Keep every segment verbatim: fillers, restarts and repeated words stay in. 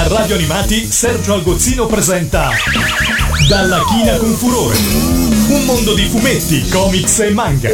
Radio Animati Sergio Algozzino presenta Dalla China con Furore, un mondo di fumetti, comics e manga.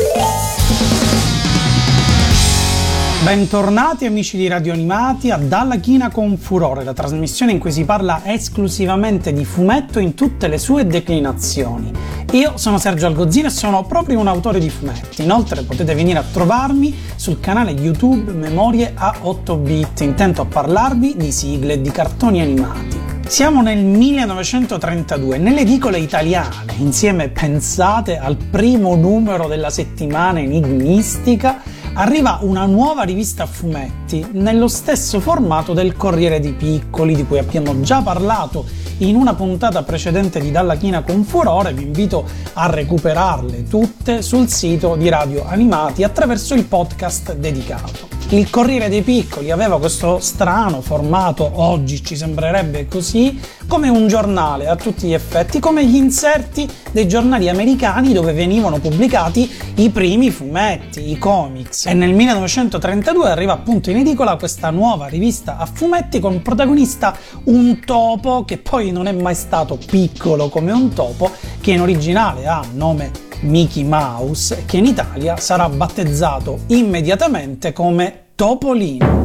Bentornati amici di Radio Animati a Dalla China con Furore, la trasmissione in cui si parla esclusivamente di fumetto in tutte le sue declinazioni. Io sono Sergio Algozzino e sono proprio un autore di fumetti. Inoltre potete venire a trovarmi sul canale YouTube Memorie a otto bit, intento a parlarvi di sigle e di cartoni animati. Siamo nel millenovecentotrentadue, nelle edicole italiane, insieme, pensate, al primo numero della settimana enigmistica, arriva una nuova rivista a fumetti nello stesso formato del Corriere dei Piccoli, di cui abbiamo già parlato in una puntata precedente di Dalla China con Furore. Vi invito a recuperarle tutte sul sito di Radio Animati attraverso il podcast dedicato. Il Corriere dei Piccoli aveva questo strano formato, oggi ci sembrerebbe così, come un giornale a tutti gli effetti, come gli inserti dei giornali americani dove venivano pubblicati i primi fumetti, i comics. E nel millenovecentotrentadue arriva appunto in edicola questa nuova rivista a fumetti con protagonista un topo che poi non è mai stato piccolo come un topo, che in originale ha nome Mickey Mouse e che in Italia sarà battezzato immediatamente come Topolino.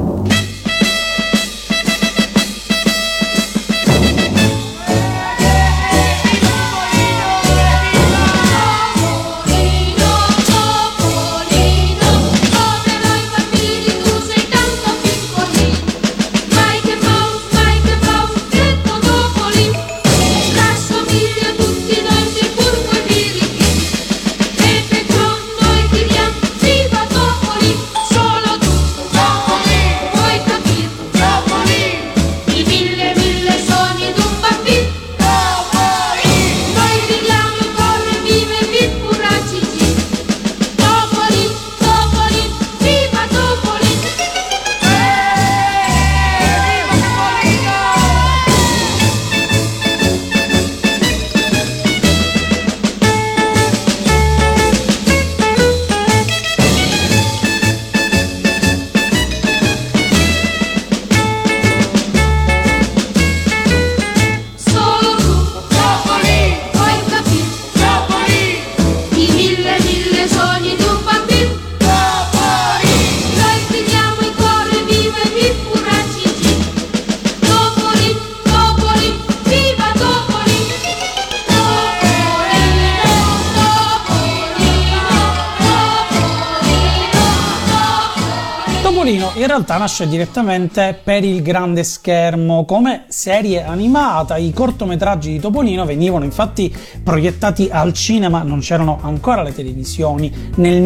In realtà nasce direttamente per il grande schermo come serie animata. I cortometraggi di Topolino venivano infatti proiettati al cinema, non c'erano ancora le televisioni, nel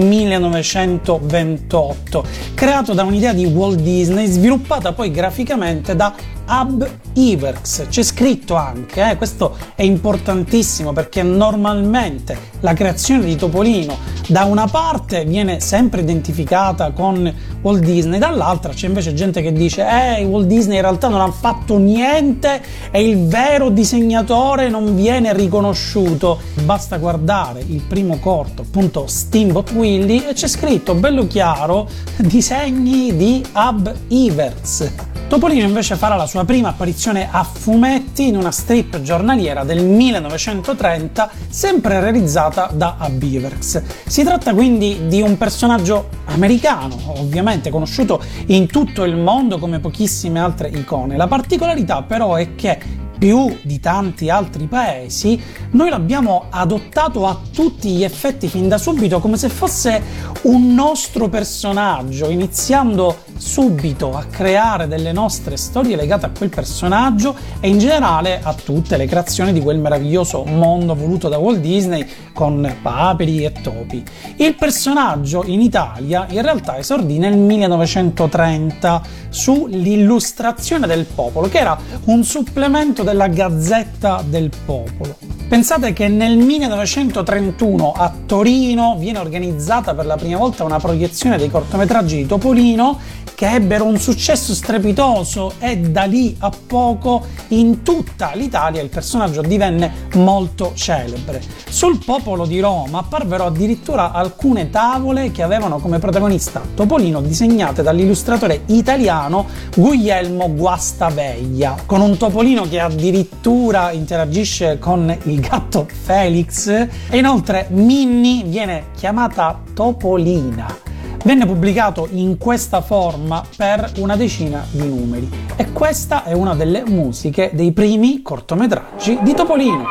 millenovecentoventotto, creato da un'idea di Walt Disney, sviluppata poi graficamente da Ub Iwerks. C'è scritto anche, eh, questo è importantissimo perché normalmente la creazione di Topolino da una parte viene sempre identificata con Walt Disney, dall'altra c'è invece gente che dice eh Walt Disney in realtà non ha fatto niente e il vero disegnatore non viene riconosciuto. Basta guardare il primo corto, appunto Steamboat Willie, e c'è scritto bello chiaro disegni di Ub Iwerks. Topolino invece farà la sua prima apparizione a fumetti in una strip giornaliera del millenovecentotrenta, sempre realizzata da Ub Iwerks. Si tratta quindi di un personaggio americano, ovviamente conosciuto in tutto il mondo come pochissime altre icone. La particolarità però è che più di tanti altri paesi noi l'abbiamo adottato a tutti gli effetti fin da subito come se fosse un nostro personaggio, iniziando subito a creare delle nostre storie legate a quel personaggio e in generale a tutte le creazioni di quel meraviglioso mondo voluto da Walt Disney con paperi e topi. Il personaggio in Italia in realtà esordì nel millenovecentotrenta su L'Illustrazione del Popolo, che era un supplemento della Gazzetta del Popolo. Pensate che nel millenovecentotrentuno a Torino viene organizzata per la prima volta una proiezione dei cortometraggi di Topolino che ebbero un successo strepitoso e da lì a poco in tutta l'Italia il personaggio divenne molto celebre. Sul Popolo di Roma apparvero addirittura alcune tavole che avevano come protagonista Topolino, disegnate dall'illustratore italiano Guglielmo Guastaveglia, con un Topolino che addirittura interagisce con il gatto Felix, e inoltre Minnie viene chiamata Topolina. Venne pubblicato in questa forma per una decina di numeri e questa è una delle musiche dei primi cortometraggi di Topolino.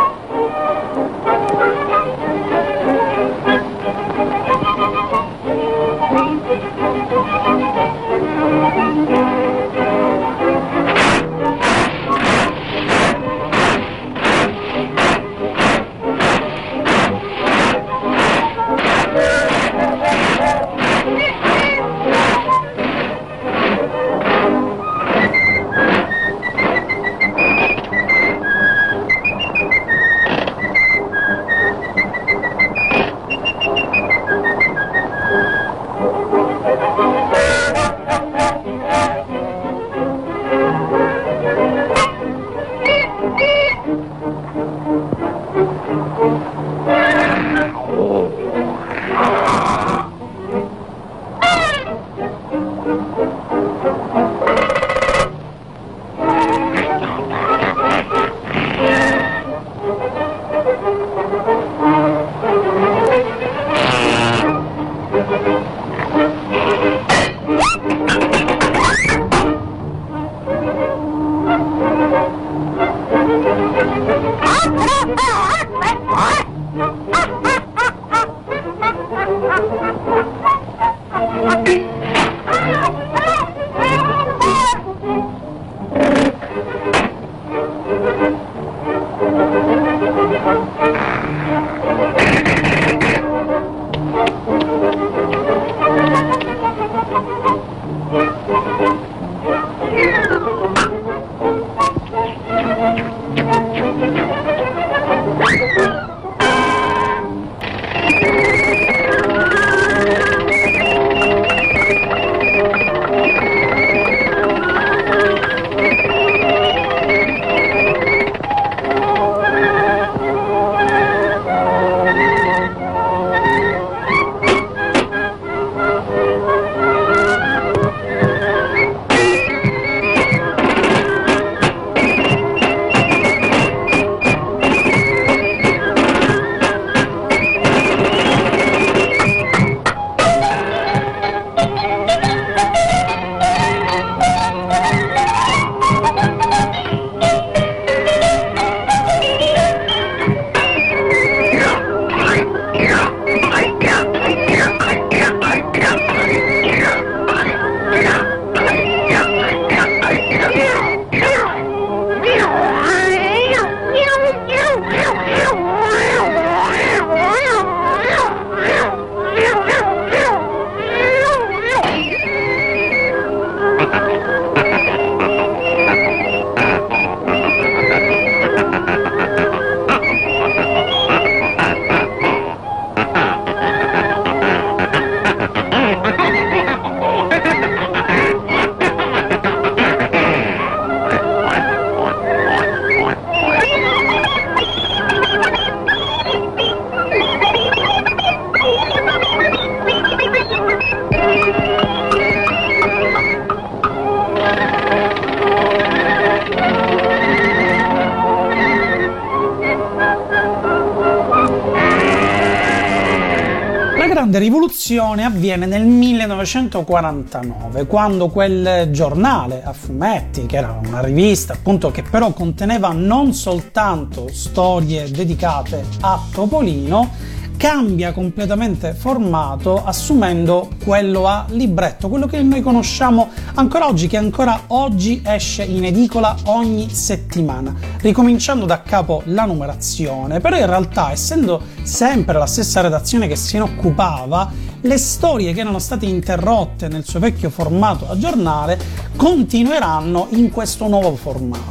grande rivoluzione avviene nel millenovecentoquarantanove, quando quel giornale a fumetti, che era una rivista appunto che però conteneva non soltanto storie dedicate a Topolino, cambia completamente formato, assumendo quello a libretto, quello che noi conosciamo ancora oggi, che ancora oggi esce in edicola ogni settimana, ricominciando da capo la numerazione. Però in realtà, essendo sempre la stessa redazione che se ne occupava, le storie che erano state interrotte nel suo vecchio formato a giornale continueranno in questo nuovo formato.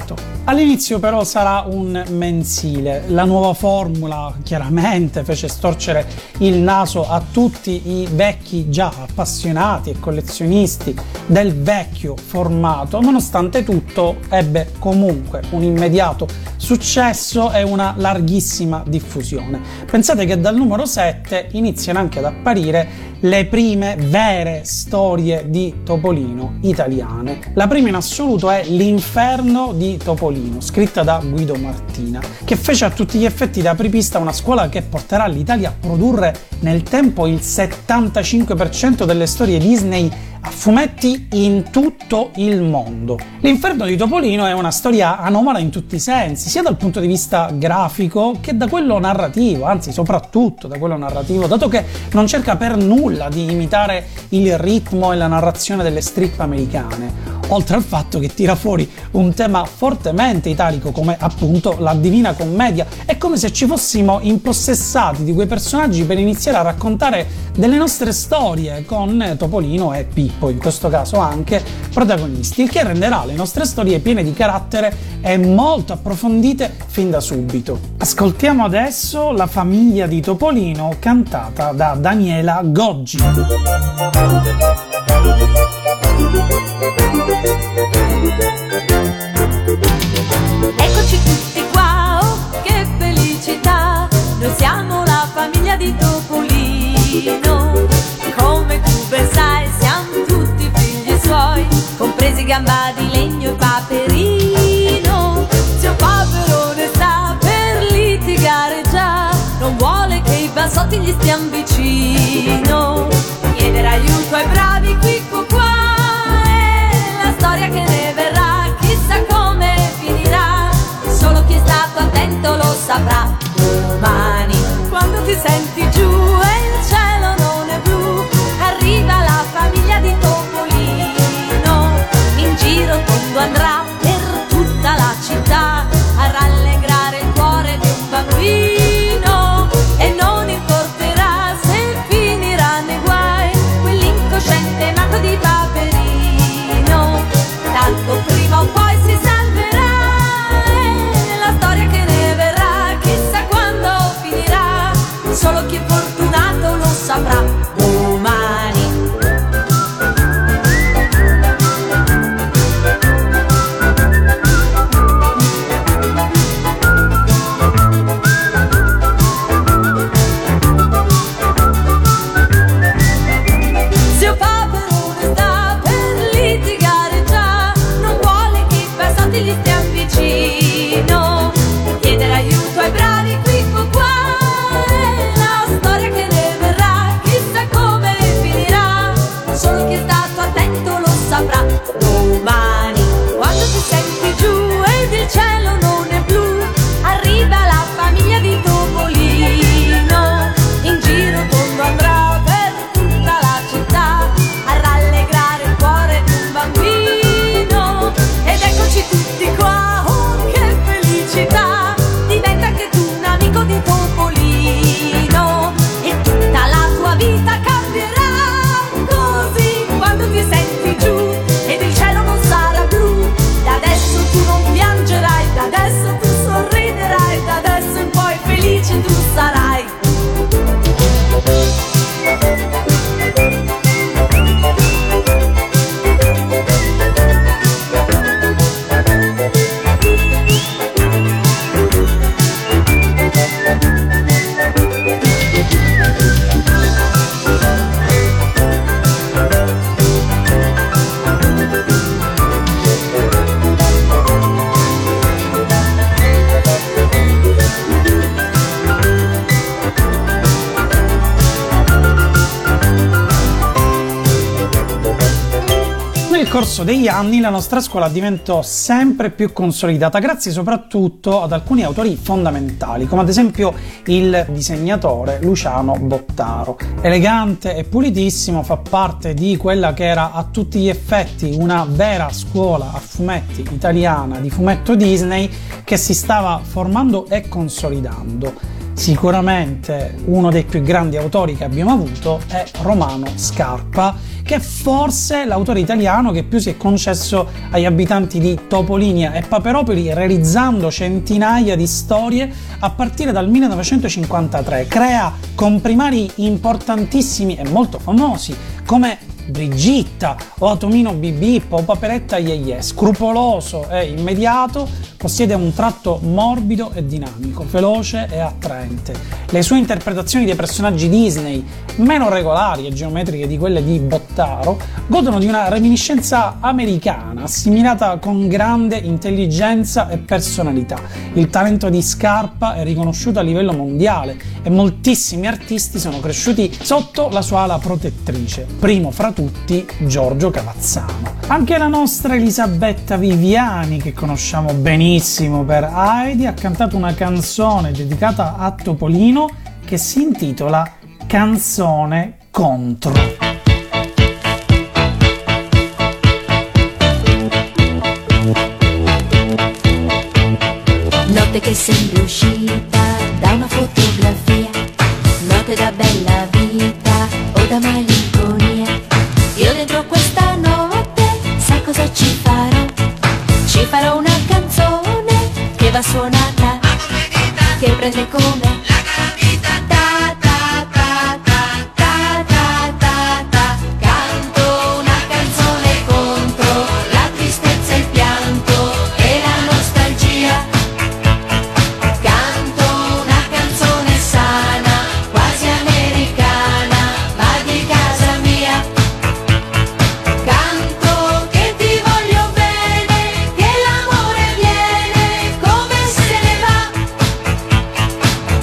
All'inizio però sarà un mensile. La nuova formula chiaramente fece storcere il naso a tutti i vecchi già appassionati e collezionisti del vecchio formato. Nonostante tutto ebbe comunque un immediato successo e una larghissima diffusione. Pensate che dal numero sette iniziano anche ad apparire le prime vere storie di Topolino italiane. La prima in assoluto è L'Inferno di Topolino, scritta da Guido Martina, che fece a tutti gli effetti da apripista una scuola che porterà l'Italia a produrre nel tempo il settantacinque per cento delle storie Disney a fumetti in tutto il mondo. L'Inferno di Topolino è una storia anomala in tutti i sensi, sia dal punto di vista grafico che da quello narrativo, anzi soprattutto da quello narrativo, dato che non cerca per nulla di imitare il ritmo e la narrazione delle strip americane, oltre al fatto che tira fuori un tema fortemente italico come appunto la Divina Commedia. È come se ci fossimo impossessati di quei personaggi per iniziare a raccontare delle nostre storie con Topolino e Pippo, in questo caso anche protagonisti, il che renderà le nostre storie piene di carattere e molto approfondite fin da subito. Ascoltiamo adesso La famiglia di Topolino, cantata da Daniela Goggi. Eccoci tutti qua, oh che felicità, noi siamo la famiglia di Topolino. Come tu ben sai siamo tutti figli suoi, compresi Gamba di Legno e Paperino. Zio Paperone sta per litigare già, non vuole che i bassotti gli stiano vicino. Chiedere aiuto ai bravi qui qua qua, è la storia che ne verrà, chissà come finirà, solo chi è stato attento lo saprà. Domani quando ti senti giù e il cielo non è blu, arriva la famiglia di Topolino, in giro tondo andrà per tutta la città a rallegrare il cuore di un bambino, e non importerà se finirà nei guai quell'incosciente nato di Paperino, tanto prima o poi si salverà, è la storia che ne verrà, chissà quando finirà, solo chi è fortunato lo saprà. Domani Zio Paperone sta per litigare già, non vuole che i bassotti gli stiano vicino. Chiedere aiuto ai bravi qui qua qua, è la storia che ne verrà, chissà come finirà, solo chi è stato attento lo saprà. Domani quando ti senti giù ed il cielo non è blu, arriva la famiglia di Topolino, in giro tondo andrà per tutta la città a rallegrare il cuore di un bambino, ed eccoci tutti qua, oh che felicità, diventa anche tu un amico di Topolino e tutta la tua vita cambierà, così quando ti senti giù ed il cielo non sarà blu, da adesso tu non piangerai, da adesso tu sorriderai, da adesso in poi felice tu sarai. Nel corso degli anni la nostra scuola diventò sempre più consolidata grazie soprattutto ad alcuni autori fondamentali, come ad esempio il disegnatore Luciano Bottaro. Elegante e pulitissimo, fa parte di quella che era a tutti gli effetti una vera scuola a fumetti italiana di fumetto Disney che si stava formando e consolidando. Sicuramente uno dei più grandi autori che abbiamo avuto è Romano Scarpa, che forse è l'autore italiano che più si è concesso agli abitanti di Topolinia e Paperopoli, realizzando centinaia di storie a partire dal millenovecentocinquantatré. Crea comprimari importantissimi e molto famosi come Brigitta o Atomino Bip Bip o Paperetta Ye Ye. Scrupoloso e immediato, possiede un tratto morbido e dinamico, veloce e attraente. Le sue interpretazioni dei personaggi Disney, meno regolari e geometriche di quelle di Bottaro, godono di una reminiscenza americana, assimilata con grande intelligenza e personalità. Il talento di Scarpa è riconosciuto a livello mondiale e moltissimi artisti sono cresciuti sotto la sua ala protettrice, primo fra tutti Giorgio Cavazzano. Anche la nostra Elisabetta Viviani, che conosciamo benissimo per Heidi, ha cantato una canzone dedicata a Topolino che si intitola Canzone contro. Notte che sembri uscita da una fotografia, notte da bella vita o da malinconia. Io dentro questa notte, sai cosa ci farò? Ci farò una canzone che va suonata, che prende come la capita. Ta ta ta ta ta ta ta ta. Canto una canzone contro la tristezza, il pianto e la nostalgia. Canto una canzone sana, quasi americana, ma di casa mia. Canto che ti voglio bene, che l'amore viene come se ne va.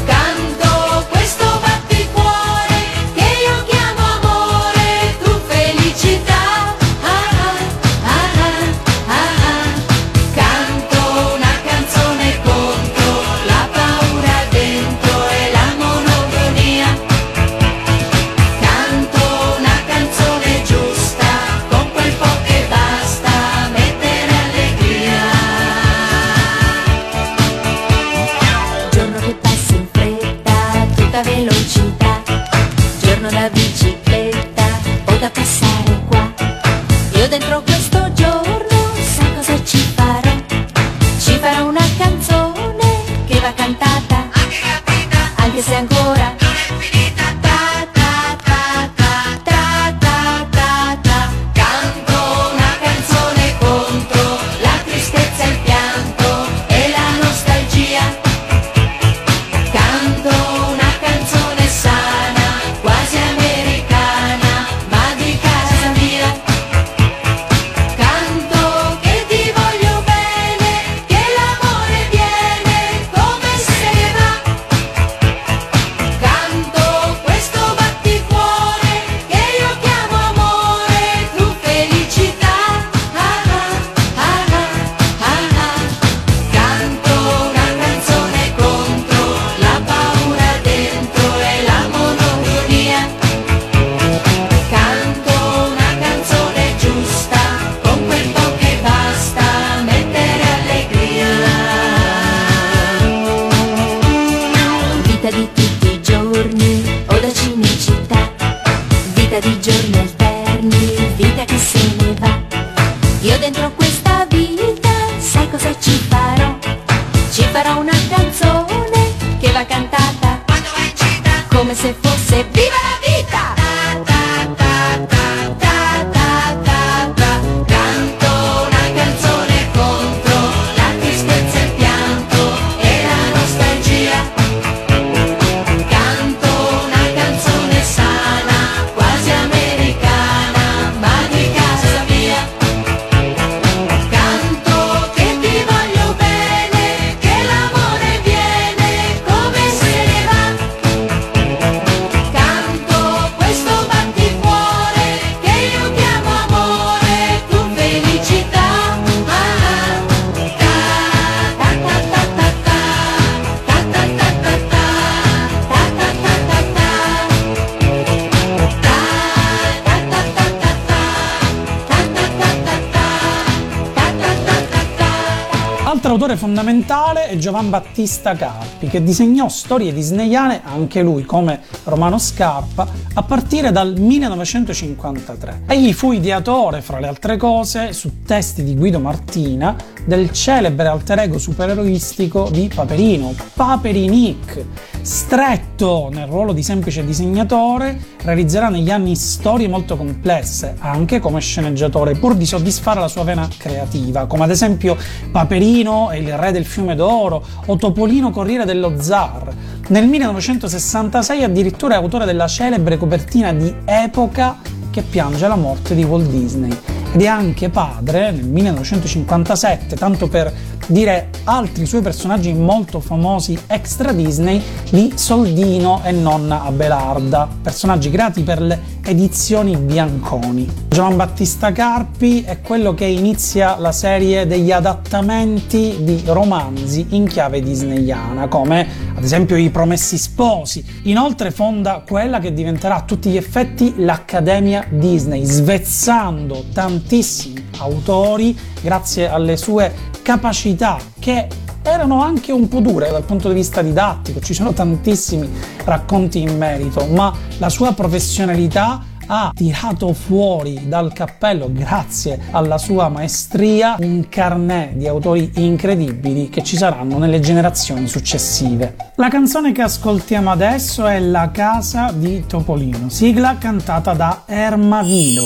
L'altro autore fondamentale è Giovan Battista Carpi, che disegnò storie disneyane, anche lui come Romano Scarpa, a partire dal millenovecentocinquantatré. Egli fu ideatore, fra le altre cose, su testi di Guido Martina, del celebre alter ego supereroistico di Paperino, Paperinik. Stretto nel ruolo di semplice disegnatore, realizzerà negli anni storie molto complesse, anche come sceneggiatore, pur di soddisfare la sua vena creativa, come ad esempio Paperino e il re del fiume d'oro o Topolino Corriere dello Zar. Nel millenovecentosessantasei addirittura è autore della celebre copertina di Epoca che piange la morte di Walt Disney, ed è anche padre, nel millenovecentocinquantasette, tanto per dire altri suoi personaggi molto famosi extra Disney, di Soldino e nonna Abelarda, personaggi creati per le edizioni Bianconi. Giovan Battista Carpi è quello che inizia la serie degli adattamenti di romanzi in chiave disneyana, come ad esempio I Promessi Sposi. Inoltre fonda quella che diventerà a tutti gli effetti l'Accademia Disney, svezzando tantissimi autori grazie alle sue capacità, che erano anche un po' dure dal punto di vista didattico. Ci sono tantissimi racconti in merito, ma la sua professionalità ha tirato fuori dal cappello, grazie alla sua maestria, un carnet di autori incredibili che ci saranno nelle generazioni successive. La canzone che ascoltiamo adesso è La casa di Topolino, sigla cantata da Ermavilo.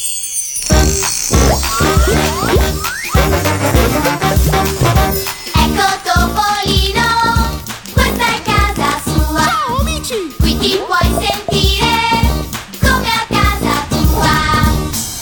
Ecco Topolino, questa è casa sua. Ciao amici! Qui ti puoi sentire come a casa tua.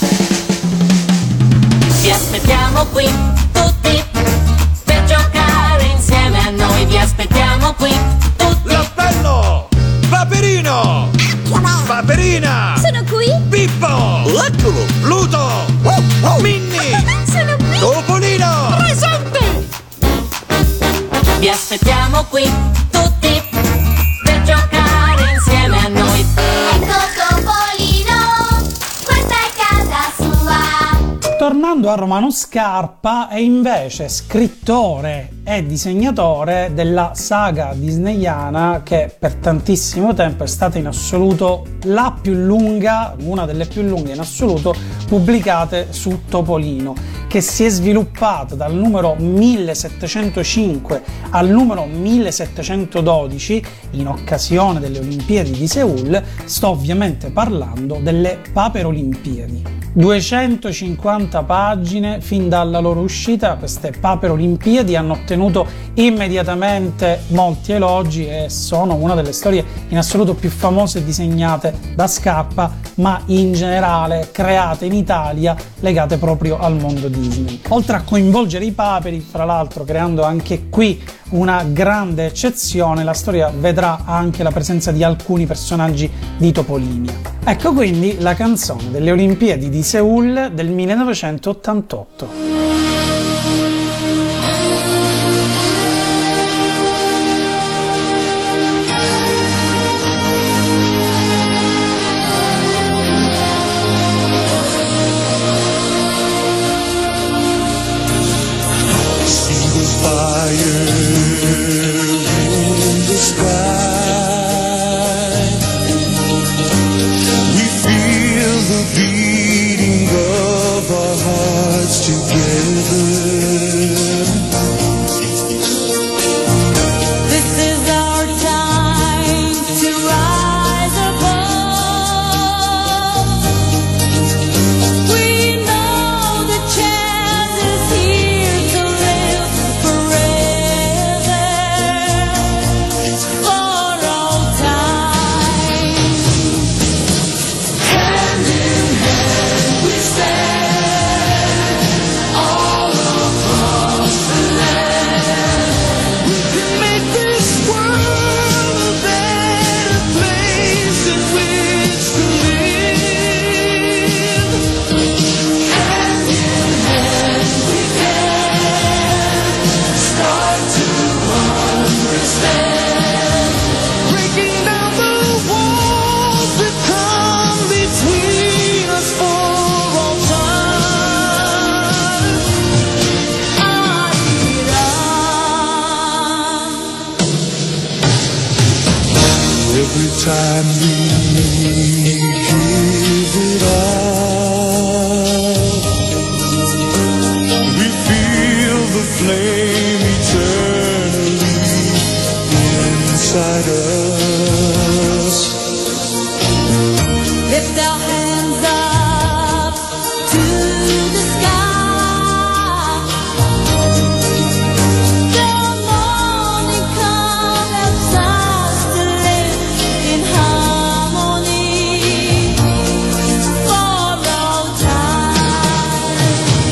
Vi aspettiamo qui tutti per giocare insieme a noi. Vi aspettiamo qui tutti. L'appello! Paperino! Paperina! Sono qui? Pippo! Eccolo! Pluto! Oh, oh. Minnie! Sono qui! Topolino! Presente! Vi aspettiamo qui tutti per giocare insieme a noi. Ecco Topolino, questa è casa sua. Tornando a Romano Scarpa, è invece scrittore e disegnatore della saga disneyana che per tantissimo tempo è stata in assoluto la più lunga, una delle più lunghe in assoluto pubblicate su Topolino, che si è sviluppata dal numero millesettecentocinque al numero millesettecentododici in occasione delle Olimpiadi di Seul. Sto ovviamente parlando delle Paperolimpiadi. duecentocinquanta pagine fin dalla loro uscita. Queste Paperolimpiadi hanno ottenuto immediatamente molti elogi e sono una delle storie in assoluto più famose disegnate da Scarpa, ma in generale create in Italia, legate proprio al mondo Disney. Oltre a coinvolgere i paperi, fra l'altro creando anche qui una grande eccezione, la storia vedrà anche la presenza di alcuni personaggi di Topolinia. Ecco quindi la canzone delle Olimpiadi di Seul del millenovecentottantotto. time we give it up, we feel the flame eternally inside us. Lift our hands up to the sky. The morning comes, helps us to live in harmony for all time.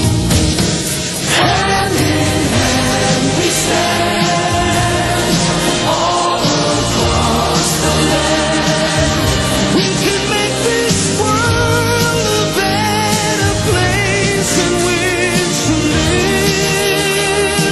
Hand in hand we stand all across the land. We can make this world a better place in which to live.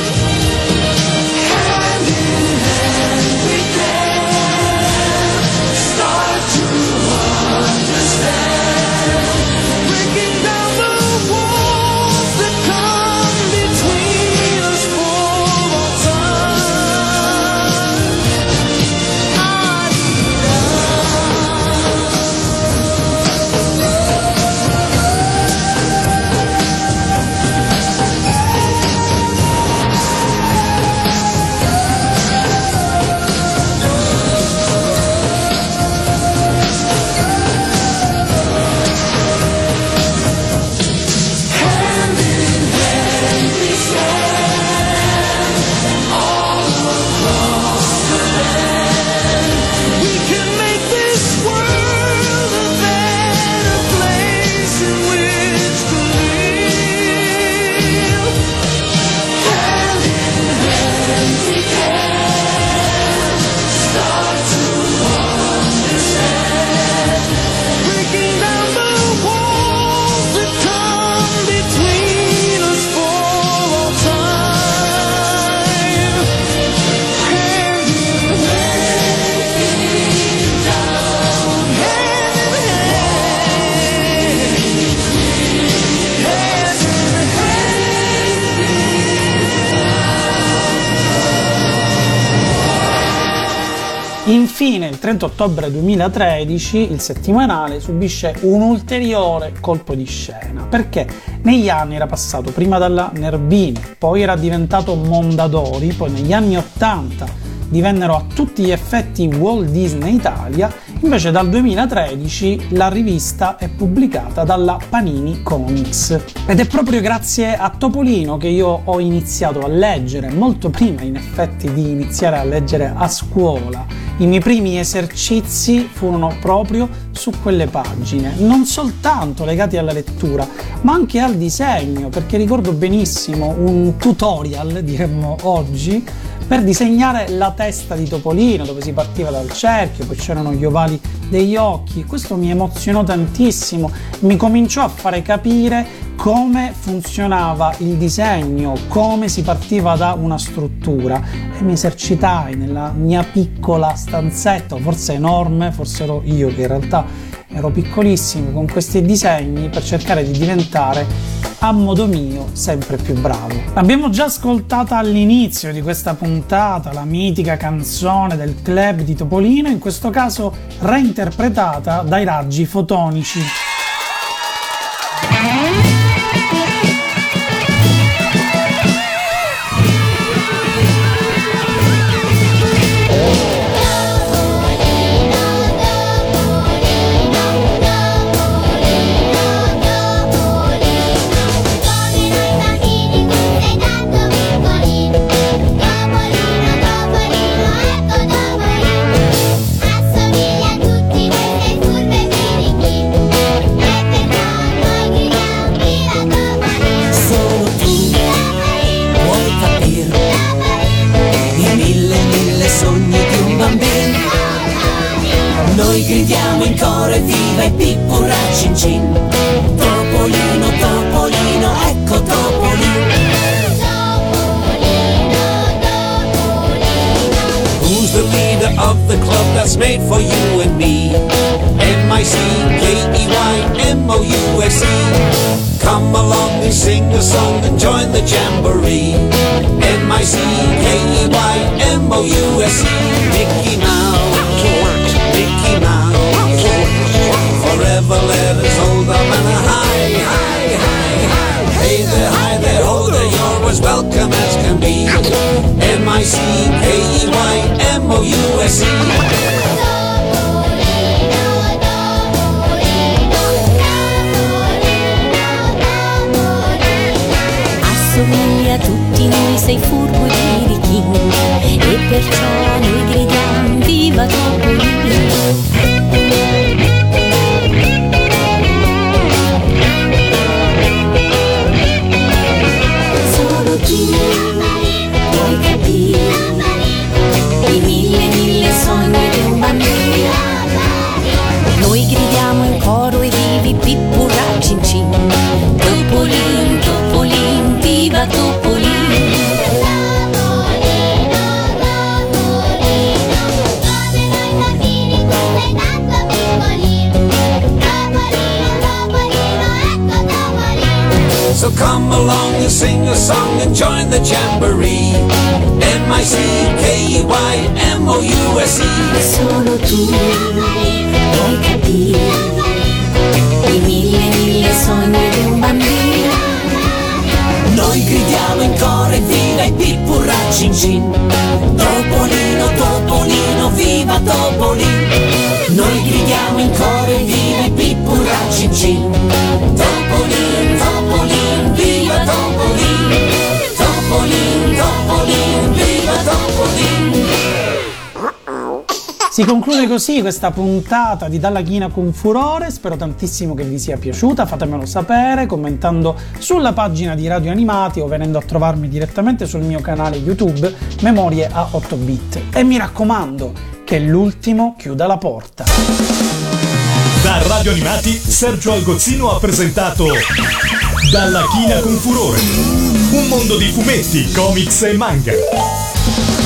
Hand in hand we can start to understand, breaking down the walls that come between us for all time. Hand in hand we stand all across the land. We can make this world a better place in which to live. Hand in hand we can start to understand, breaking down the walls that come between us for all time. Hand in hand, down, hand in hand, Infine, il trenta ottobre duemilatredici, il settimanale subisce un ulteriore colpo di scena, perché negli anni era passato prima dalla Nervini, poi era diventato Mondadori, poi negli anni ottanta divennero a tutti gli effetti Walt Disney Italia, invece dal duemilatredici la rivista è pubblicata dalla Panini Comics. Ed è proprio grazie a Topolino che io ho iniziato a leggere, molto prima in effetti di iniziare a leggere a scuola. I miei primi esercizi furono proprio su quelle pagine, non soltanto legati alla lettura, ma anche al disegno, perché ricordo benissimo un tutorial, diremmo oggi, per disegnare la testa di Topolino, dove si partiva dal cerchio, poi c'erano gli ovali degli occhi. Questo mi emozionò tantissimo, mi cominciò a fare capire come funzionava il disegno, come si partiva da una struttura, e mi esercitai nella mia piccola stanzetta, forse enorme, forse ero io che in realtà ero piccolissimo, con questi disegni per cercare di diventare a modo mio sempre più bravo. L'abbiamo già ascoltata all'inizio di questa puntata, la mitica canzone del club di Topolino, in questo caso reinterpretata dai Raggi Fotonici. Assomiglia a tutti queste furbe Noi gridiamo in coro e viva e pippurra cin cin. Topolino, Topolino, ecco Topolino. Who's the leader of the club that's made for you and me? M I C K E Y M O U S E. Come along and sing a song and join the jamboree. M I C K E Y M O U S E. Mickey Mouse, Mickey as welcome as can be. M I C K E Y M O U S E. Assomigli a tutti noi, sei furbo e birichino, e perciò noi gridiamo viva Topolino. Solo tu puoi capire i mille mille sogni di un bambino. Noi gridiamo in coro e vivi pippurra cin cin. Topolino, Topolino, viva Topolino. So come along and sing a song and join the jamboree. M I C K E Y M O U S E. Solo tu puoi capire i mille mille sogni di un bambino. Noi gridiamo in coro e viva i pippurra cin cin. Topolino, Topolino, viva Topolino. Noi gridiamo in coro e viva i pippurra cin cin. Topolino, Topolino, viva Topolino. Topolino, Topolino, viva Topolino. Si conclude così questa puntata di Dalla China con Furore, spero tantissimo che vi sia piaciuta, fatemelo sapere commentando sulla pagina di Radio Animati o venendo a trovarmi direttamente sul mio canale YouTube Memorie a otto bit. E mi raccomando che l'ultimo chiuda la porta. Da Radio Animati Sergio Algozzino ha presentato Dalla China con Furore, un mondo di fumetti, comics e manga.